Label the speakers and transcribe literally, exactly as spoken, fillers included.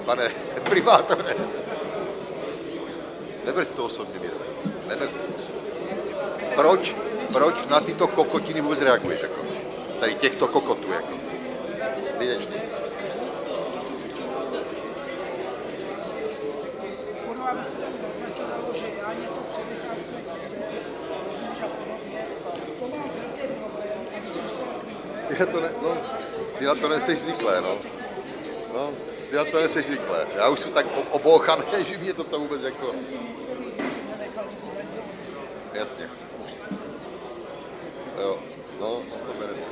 Speaker 1: pane primátore. Neber si to osobně, Miro. Neber si to osobně. Proč, proč na tyto kokotiny vůbec reaguješ, jako? Tady těchto kokotů, jako? Vidíš?
Speaker 2: Kurva, by se tady naznačovalo, že já něco přenechám své křivě, rozumíš a podobně. To mám velký problém, a když ještě takový...
Speaker 1: Já to ne, no, ty na to nejseš zvyklé, no. No, ty na to nejseš zvyklé. Já už jsem tak obouchaný, že mě to vůbec jako... Jasně. Jo, no, to bere.